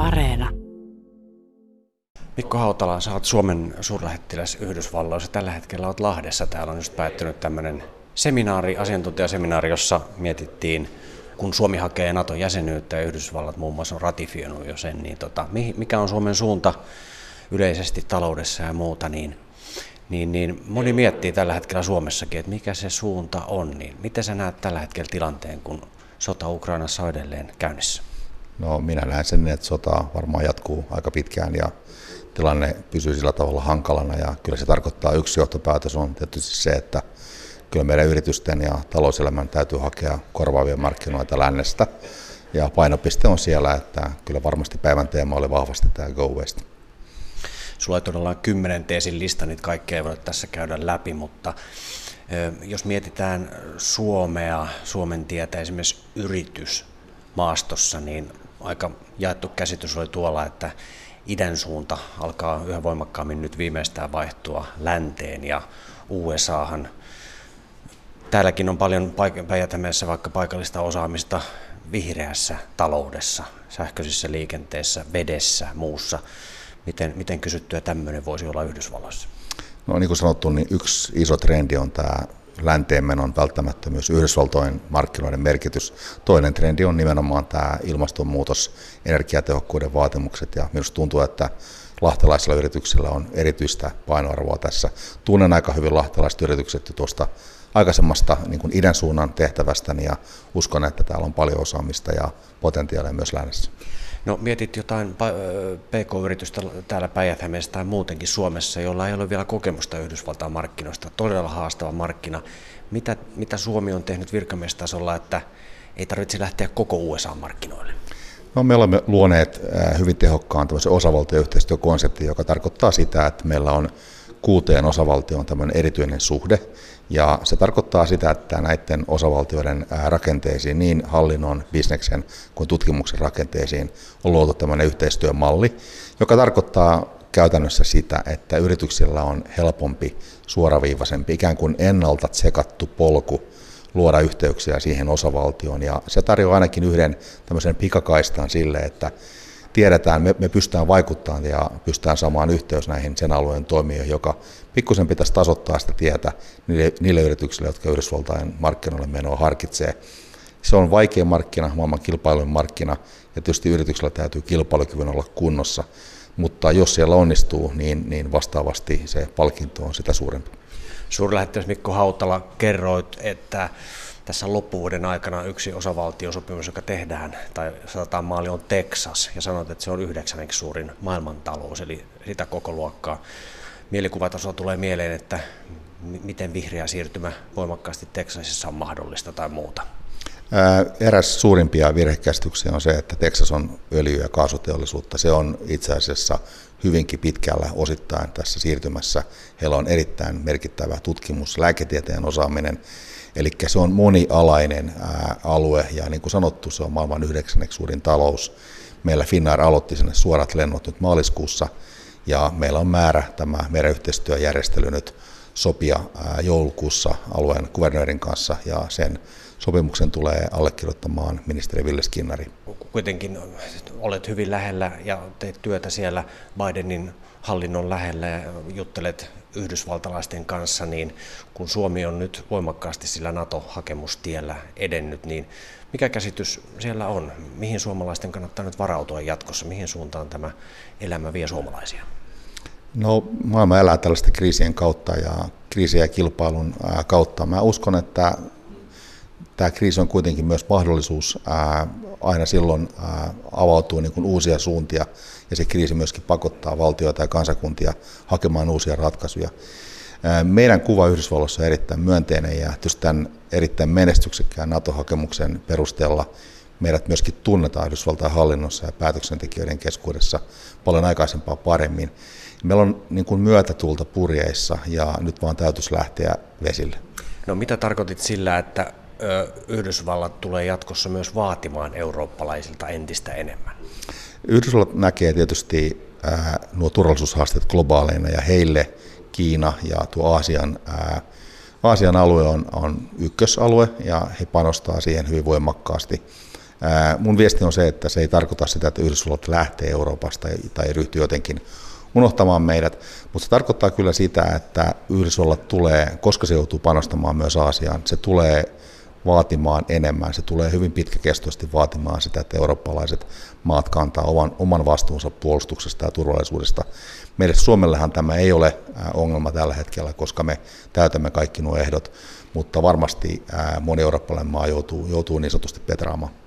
Areena. Mikko Hautala, sä oot Suomen suurlähettiläs Yhdysvalloissa. Tällä hetkellä oot Lahdessa. Täällä on just päättynyt tämmöinen asiantuntijaseminaari, jossa mietittiin, kun Suomi hakee Naton jäsenyyttä ja Yhdysvallat muun muassa on ratifioinut jo sen, niin mikä on Suomen suunta yleisesti taloudessa ja muuta, niin moni miettii tällä hetkellä Suomessakin, että mikä se suunta on. Niin miten sä näet tällä hetkellä tilanteen, kun sota Ukrainassa on edelleen käynnissä? No minä näen sen, että sota varmaan jatkuu aika pitkään ja tilanne pysyy sillä tavalla hankalana ja kyllä se tarkoittaa, yksi johtopäätös on tietysti se, että kyllä meidän yritysten ja talouselämän täytyy hakea korvaavia markkinoita lännestä ja painopiste on siellä, että kyllä varmasti päivän teema oli vahvasti tämä Go West. Sulla ei todella 10 teesin lista, niitä kaikkea ei voida tässä käydä läpi, mutta jos mietitään Suomea, Suomen tietä esimerkiksi yritysmaastossa, niin aika jaettu käsitys oli tuolla, että idän suunta alkaa yhä voimakkaammin nyt viimeistään vaihtua länteen ja USAhan. Täälläkin on paljon Päijät-Hämeessä vaikka paikallista osaamista vihreässä taloudessa, sähköisessä liikenteessä, vedessä, muussa. Miten kysyttyä tämmöinen voisi olla Yhdysvalloissa? No niin kuin sanottu, niin yksi iso trendi on tämä länteenmenon välttämättömyys, Yhdysvaltojen markkinoiden merkitys. Toinen trendi on nimenomaan tämä ilmastonmuutos, energiatehokkuuden vaatimukset ja minusta tuntuu, että lahtelaisilla yrityksillä on erityistä painoarvoa tässä. Tunnen aika hyvin lahtelaiset yritykset jo tuosta aikaisemmasta niin kuin idän suunnan tehtävästäni ja uskon, että täällä on paljon osaamista ja potentiaalia myös lännessä. No mietit jotain PK-yritystä täällä Päijät-Hämeessä tai muutenkin Suomessa, jolla ei ole vielä kokemusta Yhdysvaltain markkinoista. Todella haastava markkina. Mitä Suomi on tehnyt virkamiestasolla, että ei tarvitse lähteä koko USA-markkinoille? No, me olemme luoneet hyvin tehokkaan osavaltioyhteistyökonseptin, joka tarkoittaa sitä, että meillä on 6 osavaltioon tämmöinen erityinen suhde. Ja se tarkoittaa sitä, että näiden osavaltioiden rakenteisiin, niin hallinnon, bisneksen kuin tutkimuksen rakenteisiin on luotu tämmöinen yhteistyömalli, joka tarkoittaa käytännössä sitä, että yrityksillä on helpompi, suoraviivaisempi, ikään kuin ennalta tsekattu polku luoda yhteyksiä siihen osavaltioon. Ja se tarjoaa ainakin yhden tämmöisen pikakaistan sille, että tiedetään, me pystytään vaikuttamaan ja pystytään saamaan yhteys näihin sen alueen toimijoihin, joka pikkusen pitäisi tasoittaa sitä tietä niille yrityksille, jotka Yhdysvaltain markkinoille menoa harkitsee. Se on vaikea markkina, maailman kilpailun markkina, ja tietysti yrityksillä täytyy kilpailukyvyn olla kunnossa, mutta jos siellä onnistuu, niin vastaavasti se palkinto on sitä suurempi. Suurlähettiläs Mikko Hautala, kerroit, että tässä loppuvuoden aikana yksi osavaltiosopimus, joka tehdään, tai sanotaan maali on Texas, ja sanoit, että se on 9. suurin maailmantalous, eli sitä koko luokkaa. Mielikuvatasolla tulee mieleen, että miten vihreä siirtymä voimakkaasti Texasissa on mahdollista tai muuta. Eräs suurimpia virhekäsityksiä on se, että Texas on öljy- ja kaasuteollisuutta. Se on itse asiassa hyvinkin pitkällä osittain tässä siirtymässä. Heillä on erittäin merkittävä tutkimus, lääketieteen osaaminen. Eli se on monialainen alue ja niin kuin sanottu, se on maailman 9. suurin talous. Meillä Finnair aloitti sinne suorat lennot nyt maaliskuussa ja meillä on määrä tämä meidän yhteistyöjärjestely nyt sopia joulukuussa alueen kuvernöörin kanssa ja sen sopimuksen tulee allekirjoittamaan ministeri Ville Skinnari. Kuitenkin olet hyvin lähellä ja teet työtä siellä Bidenin hallinnon lähellä ja juttelet yhdysvaltalaisten kanssa, niin kun Suomi on nyt voimakkaasti sillä NATO-hakemustiellä edennyt, niin mikä käsitys siellä on? Mihin suomalaisten kannattaa nyt varautua jatkossa? Mihin suuntaan tämä elämä vie suomalaisia? No, maailma elää tällaisten kriisien kautta ja kriisien ja kilpailun kautta. Mä uskon, että tämä kriisi on kuitenkin myös mahdollisuus aina silloin avautuu niin kuin uusia suuntia ja se kriisi myöskin pakottaa valtioita ja kansakuntia hakemaan uusia ratkaisuja. Meidän kuva Yhdysvalloissa on erittäin myönteinen ja tietysti tämän erittäin menestyksekkään NATO-hakemuksen perusteella meidät myöskin tunnetaan Yhdysvaltain hallinnossa ja päätöksentekijöiden keskuudessa paljon aikaisempaa paremmin. Meillä on niin kuin myötätuulta purjeissa ja nyt vaan täytyisi lähteä vesille. No mitä tarkoitit sillä, että Yhdysvallat tulee jatkossa myös vaatimaan eurooppalaisilta entistä enemmän? Yhdysvallat näkee tietysti nuo turvallisuushaasteet globaaleina ja heille Kiina ja tuo Aasian alue on ykkösalue ja he panostaa siihen hyvin voimakkaasti. Mun viesti on se, että se ei tarkoita sitä, että Yhdysvallat lähtee Euroopasta tai ryhtyy jotenkin unohtamaan meidät, mutta se tarkoittaa kyllä sitä, että Yhdysvallat tulee, koska se joutuu panostamaan myös Aasiaan, se tulee vaatimaan enemmän, se tulee hyvin pitkäkestoisesti vaatimaan sitä, että eurooppalaiset maat kantaa oman vastuunsa puolustuksesta ja turvallisuudesta. Meille Suomellehan tämä ei ole ongelma tällä hetkellä, koska me täytämme kaikki nuo ehdot, mutta varmasti moni eurooppalainen maa joutuu niin sanotusti petraamaan.